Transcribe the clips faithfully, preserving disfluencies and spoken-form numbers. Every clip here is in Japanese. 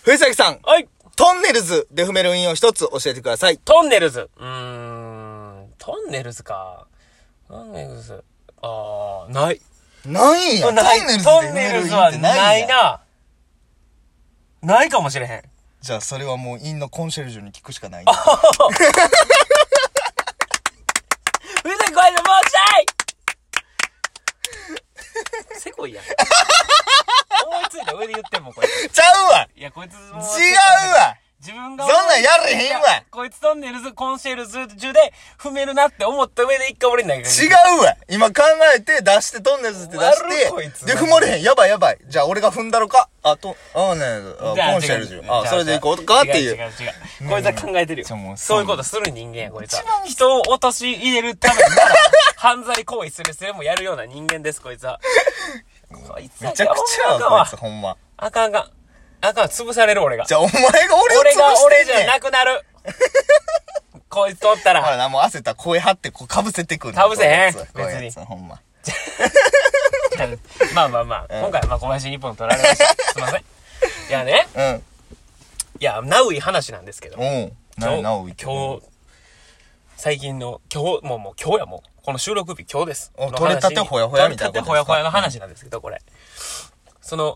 藤崎さん。 はい。 トンネルズで踏める韻を一つ教えてください。 トンネルズ。うーん。トンネルズか。トンネルズ。あー、ない。 ないんや。 ない。 トンネルズでトン踏める韻ってネルズはなないいんや。 な。ないかもしれへん。 じゃあそれはもう韻のコンシェルジュに聞くしかない。 藤崎こいつもうしたいせこいやん。思いついた上で言ってんもん、こいつ。 ちゃうわ。 いや、こいつもう。 違うわ。 自分が。 そんなんやれへんわ。 こいつトンネルズ、コンシェルジュで踏めるなって思った上で一回俺に投げかけて。 違うわ。今考えて出してトンネルズって出して悪いこいつで踏まれへん。やばいやばい。じゃあ俺が踏んだろか。あとあねあじゃあコンシェルジュ。 違う違うあそれでいこうかっていう。 違う違う違う。こいつは考えてるよ。 ちょもうそういうことする人間や、こいつは。人を落とし入れるためなら、犯罪行為するすれもやるような人間です、こいつは。こいつは。 めちゃくちゃやわこいつほんま。 あかんあかん。あかん、潰される俺が。 じゃあお前が俺を潰俺がしてんねん。 俺じゃなくなる。こいつとったら。 ほらな、もう焦ったら声張ってこうかぶせてくんねん。 かぶせへんこういうやつこういうやつ別にほんま。 まあまあまあ、今回はまあ小林日本取られました。すいません。いやね。 うん。 いや、ナウイ話なんですけど。 おう。なになおい今日、最近の、今日、もうもう今日やもう。この収録日今日です。 お取れたてほやほやみたいなことですか。 取れたてほやほやの話なんですけど、これ。その、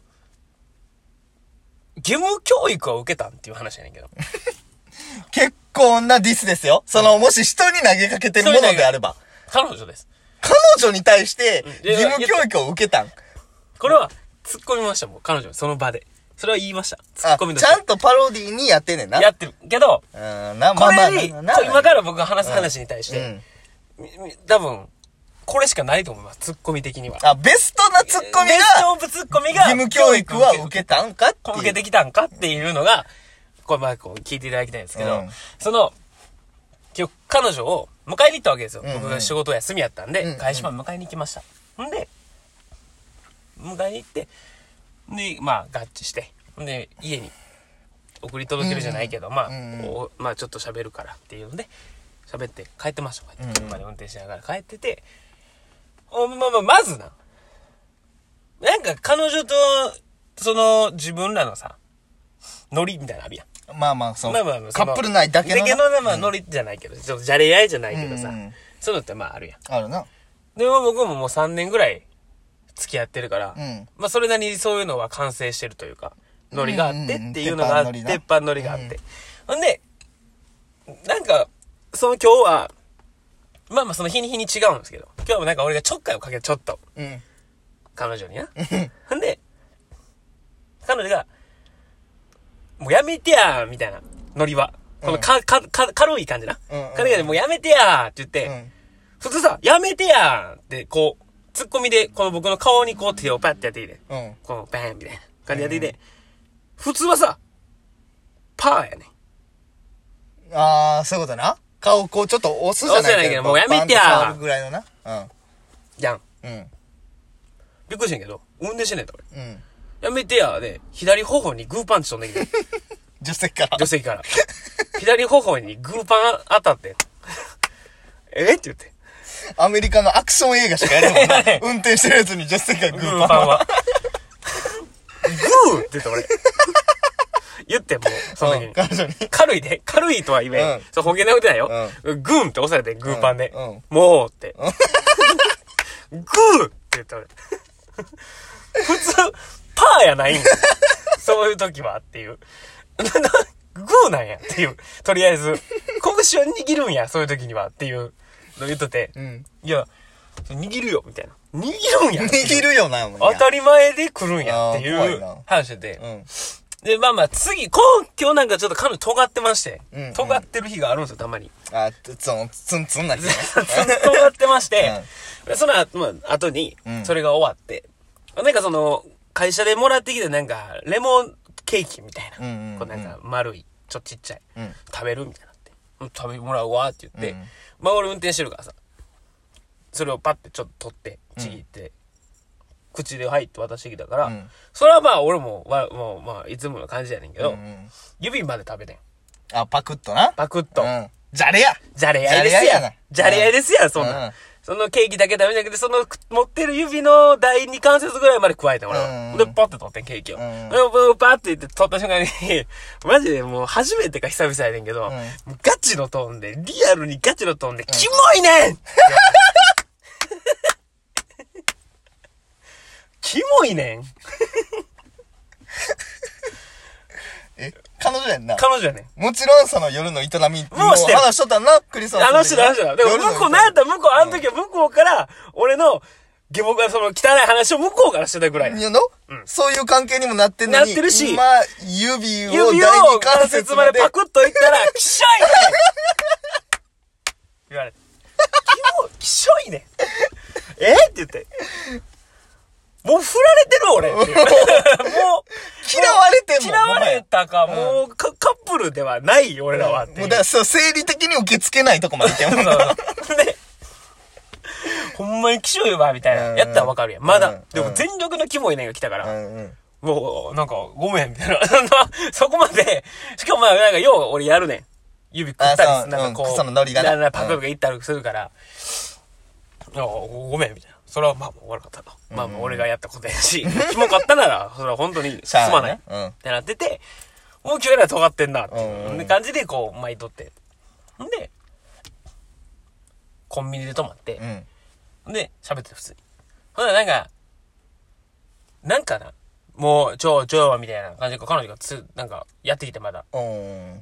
義務教育を受けたんっていう話やねんけど。 結構なディスですよ。その、もし人に投げかけてるものであれば。 彼女です。 彼女に対して、 いや義務教育を受けたん。 これは、突っ込みましたもん、彼女に、その場で。それは言いました。突っあ、 込みのちゃんとパロディにやってんねんな。 やってる。けど、 うん、な、まこあまあ、 れに、 なな今から僕が話す話に対して、 うん。 みみ多分、これしかないと思います、ツッコミ的には。 あ、ベストなツッコミベストが、 オブツッコミが、 義務教育は受けたんかっていう。 受けてきたんかっていうのが、これまあこう聞いていただきたいんですけど、 うんその、今日彼女を迎えに行ったわけですよ。 うんうん僕が仕事休みやったんで、 うんうん会社まで迎えに行きました。んで、迎えに行って、で、まあ合致して、んで、家に送り届けるじゃないけど、まあ、 うんうんこうまあちょっと喋るからっていうので、喋って帰ってました。こうやって車で運転しながら帰ってて、おまあまあ、まずな、なんか彼女と、その自分らのさ、ノリみたいなのあるやん。 まあまあ、そう。 まあまあまあ、 カップル内だけのな。 だけの、まあ、ノリじゃないけど、ちょっとじゃれ合いじゃないけどさ、 うんうんそういうのってまああるやん。 あるな。 でも僕ももうさんねんぐらい付き合ってるから、 うんまあそれなりにそういうのは完成してるというか、ノリがあってっていうのがあって、 うんうんうん鉄板ノリがあって。ほんで、なんか、その今日は、まあまあその日に日に違うんですけど、今日もなんか俺がちょっかいをかけてちょっと、 うん。 彼女にな。ほんで、彼女が、もうやめてやーみたいなノリは。このか、か、か、軽い感じな。 うんうん彼がね、もうやめてやーって言って、 うん普通さ、やめてやーって、こう、ツッコミで、この僕の顔にこう手をパッてやっていて、 うん。 このバーンみたいな感じでやっていて、普通はさ、パーやね。 あー、そういうことな。顔こうちょっと押すじゃない押すじゃないけどもうやめてやパンと触るぐらいのな。 じゃん。 うん。うん。 びっくりしてんけど、運転してんねんだ、俺。 うん。 やめてやーで、左頬にグーパンチ飛んできて、 助手席から。 助手席から。左頬にグーパン当たって、えって言って。 アメリカのアクション映画しかやれんもんなやれん。 運転してるやつに助手席からググーパンは。 ーパンは。グーって言って俺。言ってもう、その時に。 彼女に。 軽いで、軽いとは言えん。 うんそう、本気で言ってないよ。グーンって押されて、グーパンで。 うんうんもうって。グーって言った俺。普通、パーやないんだ。そういう時はっていう。グーなんやっていう。とりあえず、拳は握るんや、そういう時にはっていうの言っとって。 うん。 いや、握るよ、みたいな。握るんやっていう。 握るよな、もう。 当たり前で来るんやっていうあー怖いな話で。 うん。 で、まあまあ次、こう、今日なんかちょっと彼女尖ってまして、 うんうん尖ってる日があるんですよ、たまに。 あ、つん、ツンツンなってね。 尖ってまして、でその後、まあ、後にう、んそれが終わって、なんかその、会社でもらってきてなんか、レモンケーキみたいな、 うんうんうんこうなんか丸い、ちょっとちっちゃい、 うん食べるみたいになって、うん食べてもらうわって言って、 うんまあ俺運転してるからさ、それをパッてちょっと取って、ちぎって、口で入って渡してきたから、 うんそれはまあ俺も、わもうまあいつもの感じやねんけど、 うんうん指まで食べてん。 あ、パクッとな。 パクッと。 うんじゃれやじゃれ合いですやん。じゃれ合いですやん、そんな。そのケーキだけ食べなくて、その持ってる指の第二関節ぐらいまで加えて俺は。で、パッて取ってん、ケーキを。で、パッて言って取った瞬間に、マジでもう初めてか久々やねんけど、ガチのトーンで、リアルにガチのトーンで、キモいねんキモいねんえ、彼女やんな。 彼女やねん。もちろんその夜の営みもうしてる。 話しとったんな、クリスマス。 話してた、話してた。でも向こう、なんやったら向こう、あの時は向こうから、俺の、下僕がその汚い話を向こうからしてたぐらい。 いやの、うん、そういう関係にもなってんのに。 なってるし。 今、指を第二関節までパクッといったら、きしょいね言われて。キモ、きしょいねえって言って。もう振られてる俺っていう。もう、 嫌われてんもん。 嫌われたか、もうカ、カップルではない俺らはっていう。 もうだからそう、生理的に受け付けないとこまでいけんもん。 で、ほんまにきしょいわ、みたいな。やったらわかるやん。まだ。でも全力のキモいねんが来たから。もう、なんか、ごめん、みたいな。そこまで、しかもまあ、なんか、よう俺やるねん。指食ったりする。なんかこう、 そのノリがな。パクとかいったりするから、ごめん、みたいな。それはまあもう悪かったと。うん、まあもう俺がやったことやし、キモかったなら、それは本当にすまない。うん、ってなってて、もう今日ら尖ってんなっていう感じでこう巻いとって。んで、コンビニで泊まって、うん、で、喋って普通に。ほんならなんか、なんかな、もう、ちょ、ちょ、みたいな感じで彼女がつ、なんか、やってきてまだ。うん、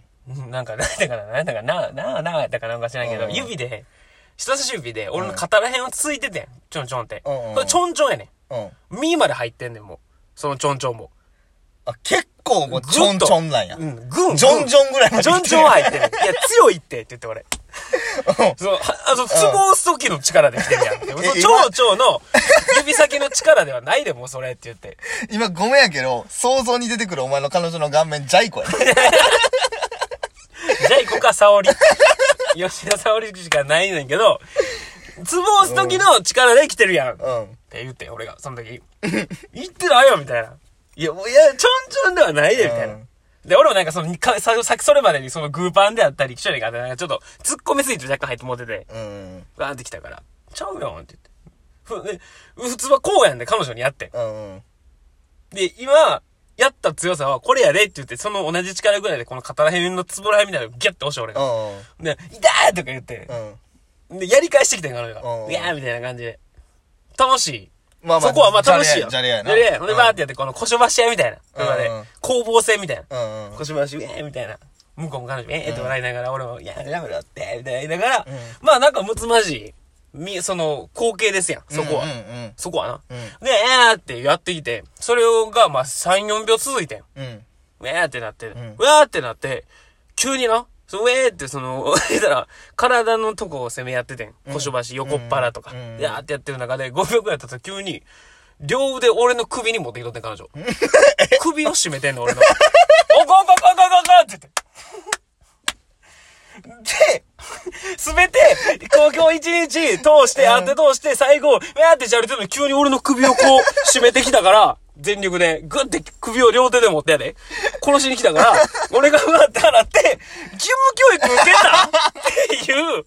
なんか、なんだかな、なんだかな、な、な、だかなんか知らんけど、指で、人差し指で俺の肩ら辺をついててん。ちょんちょんって。これちょんちょんやねん。耳まで入ってんねん、もう。そのちょんちょんも。 あ、結構もうちょんちょんなんや。 うん、ぐん。 ちょんちょんぐらいまで。 ちょんちょん入ってる。いや、強いってって言って俺。そう、あの、ツボ押す時の力で来てるやんって。蝶々の指先の力ではないでもうそれって言って。 今ごめんやけど、想像に出てくるお前の彼女の顔面、ジャイコや。ジャイコか沙織。吉田沙織しかないねんけど、ツボ押す時の力で来てるやん。うん。って言って、俺が、その時。言ってないよ、みたいな。いや、もういや、ちょんちょんではないで、みたいな。うん、で、俺もなんかその、さ、さっきそれまでにそのグーパンであったり、キショリがあって、なんかちょっと、突っ込みすぎて若干入ってもってて、うん。ガーンってきたから、ちゃうよんって言って。ふ、普通はこうやんで、彼女にやって。うん。で、今、やった強さはこれやでって言って、その同じ力ぐらいでこの肩ら辺のつぼら辺みたいなのギャッて押して俺が。うん。で、痛ーとか言って、うん。で、やり返してきてん彼女が。うん。いやーみたいな感じで。楽しい。まあまあ。そこはまあ楽しいよ。 じゃれやな。 じゃれや。ほんでバーってやって、この腰橋屋みたいな。車で。攻防戦みたいな。うん。腰橋、ウェーみたいな。向こうも彼女、えーって笑いながら、俺も、いや、やめろって、みたいな言いながら、まあなんかむつまじい。み、その、光景ですやん。そこは。うんうんうん、そこはな。うん、で、えーってやってきて、それが、まあ、さん、よんびょう続いてん。うん。えーってなって、うん、うわーってなって、急にな、その、えーって、その、言ったら、体のとこを攻めやっててん。腰橋、横っ腹とか。うん、やーってやってる中で、ごびょうくらい経ったら急に、両腕俺の首に持ってきとってん、彼女。首を絞めてんの、俺の。おこおこおこおこおこって言って。で、すべて、今日一日通して、あって通して、最後、わーってしゃべってるのに急に俺の首をこう、締めてきたから、全力で、グッて首を両手で持ってやで、殺しに来たから、俺がうわって払って、義務教育受けたっていう、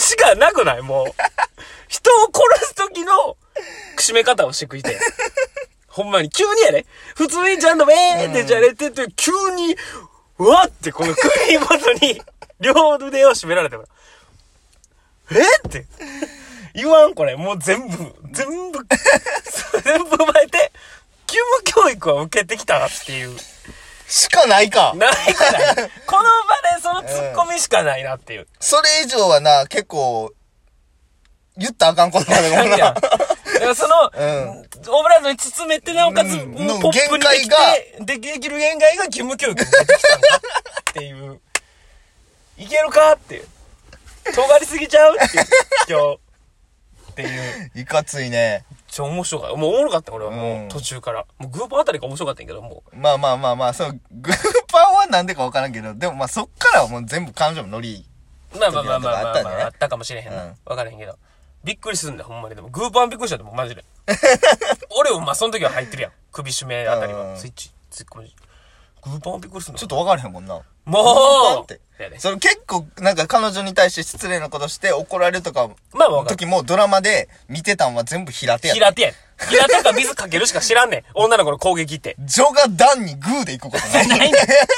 しかなくないもう。人を殺す時の、締め方をしてくいて。ほんまに、急にやで。普通にちゃんと、えーってじゃれてて、急に、うわってこの首元に両腕を締められてる。えって言わんこれ。もう全部、全部、全部踏まえて、義務教育は受けてきたっていう。 しかないか。 ないかない。この場でそのツッコミしかないなっていう。うん、 それ以上はな、結構、言ったらあかんことなのかな。 だからその、うん、オブラートに包めてなおかつ、うん、もうポップにできて、できる限界が義務教育ができたんだっていう。いけるかっていう。尖りすぎちゃうっていう。今日。っていう。 いかついね。 ちょ、面白かった。もうおもろかった、俺はもう、途中から。もうグーパンあたりが面白かったんやけど、もう。まあまあまあまあ、そう、グーパンはなんでかわからんけど、でもまあそっからはもう全部彼女のノリ。 まあまあまあまあまあ、まあ、あったかもしれへんな。わ、うん、からへんけど。びっくりするんだよ、ほんまに。でも、グーパンびっくりしたでもマジで。俺もまあ、その時は入ってるやん。首絞めあたりは。スイッチ、ツッコミ。 グーパンはびっくりするのちょっと分からへんもんな。 もうグーパンってやで。 その結構、なんか彼女に対して失礼なことして怒られるとか、 まあまあわかる時もドラマで見てたんは全部平手や。 平手やん。平手か水かけるしか知らんねん。女の子の攻撃って。 ジョがダンにグーで行くことない。 ないねん。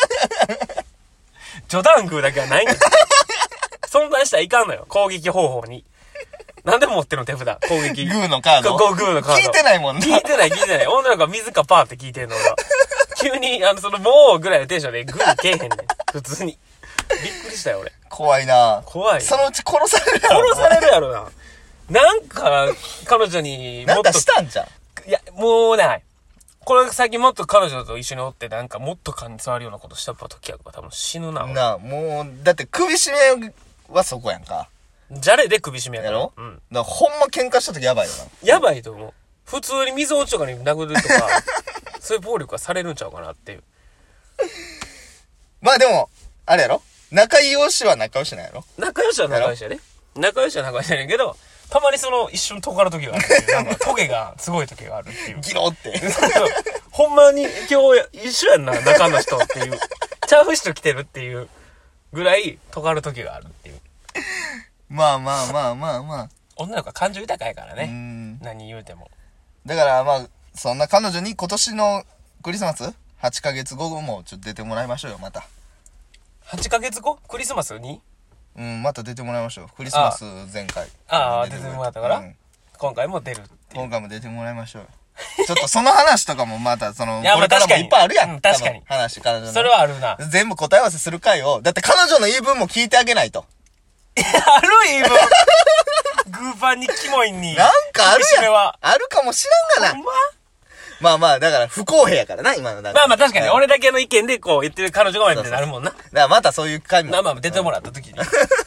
ジョダングーだけはないねん。存在したらいかんのよ。攻撃方法に。なんでも持ってるの手札。攻撃。 グーのカード。 グーのカード。 聞いてないもんな。 聞いてない聞いてない。女の子は水かパーって聞いてんの俺は。急に、あの、その、もうぐらいのテンションでグーけえへんねん。普通に。びっくりしたよ、俺。 怖いな怖い。 そのうち殺されるやろ。 殺されるやろな。なんか、彼女にもっと。 なんかしたんじゃん。 いや、もうない。これ最近もっと彼女と一緒におってなんかもっと勘に触るようなことした時やから多分死ぬな。 なあ、もう、だって首絞めはそこやんか。 じゃれで首絞めやから。 やろうん。 だからほんま喧嘩した時やばいよな。 やばいと思う。普通に水落ちとかに殴るとか、そういう暴力はされるんちゃうかなっていう。 まあでも、あれやろ仲良しは仲良しなんやろ仲良しは仲良しやね。仲良しは仲良しやねんけど、たまにその一瞬尖る時があるっていう。なんかトゲがすごい時があるっていう。 ギロって。 ほんまに今日一緒やんな、中の人っていう。ちゃう人来てるっていうぐらい尖る時があるっていう。 まあまあまあまあまあ。 女の子は感情豊かやからね。 うん。 何言うても。 だからまあ、そんな彼女に今年のクリスマス はち ヶ月後もちょっと出てもらいましょうよ、また。 はちかげつごクリスマスにうん、また出てもらいましょう。クリスマス前回。 ああ、出てもらったから、うん、今回も出るっていう。 今回も出てもらいましょうよ。ちょっとその話とかもまた、その、 いやこれからもいっぱいあるやん。 うん、確かに。 話、彼女の。 それはあるな。 全部答え合わせする回を、だって彼女の言い分も聞いてあげないと。 ある言い分。グーパンにキモいに。 なんかあるやん。 はあるかもしらんがな。 ほんままあまあ、だから不公平やからな、今のだから。 まあまあ確かに、俺だけの意見でこう言ってる彼女が悪いってなるもんな。 だからまたそういう回も。 まあまあ出てもらった時に。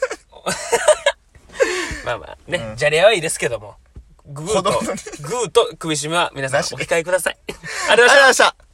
まあまあね、うん、じゃれ合はいいですけども。グーと、グーと首絞めは皆さんお控えください。ありがとうございました。